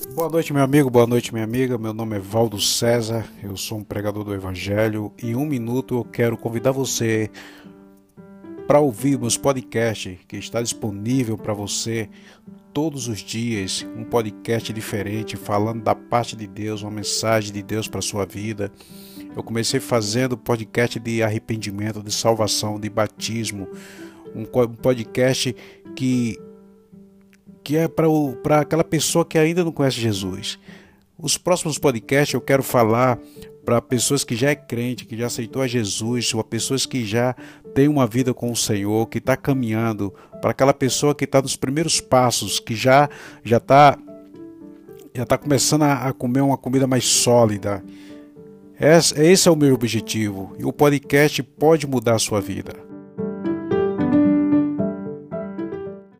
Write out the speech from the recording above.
Boa noite, meu amigo, boa noite, minha amiga. Meu nome é Valdo César, eu sou um pregador do Evangelho. Em um minuto eu quero convidar você para ouvir meus podcasts, que está disponível para você todos os dias. Um podcast diferente, falando da parte de Deus, uma mensagem de Deus para a sua vida. Eu comecei fazendo podcast de arrependimento, de salvação, de batismo. Um podcast que é para aquela pessoa que ainda não conhece Jesus. Os próximos podcasts eu quero falar para pessoas que já é crente, que já aceitou a Jesus, ou pessoas que já têm uma vida com o Senhor, que está caminhando, para aquela pessoa que está nos primeiros passos, que já tá começando a comer uma comida mais sólida. Esse é o meu objetivo e o podcast pode mudar a sua vida.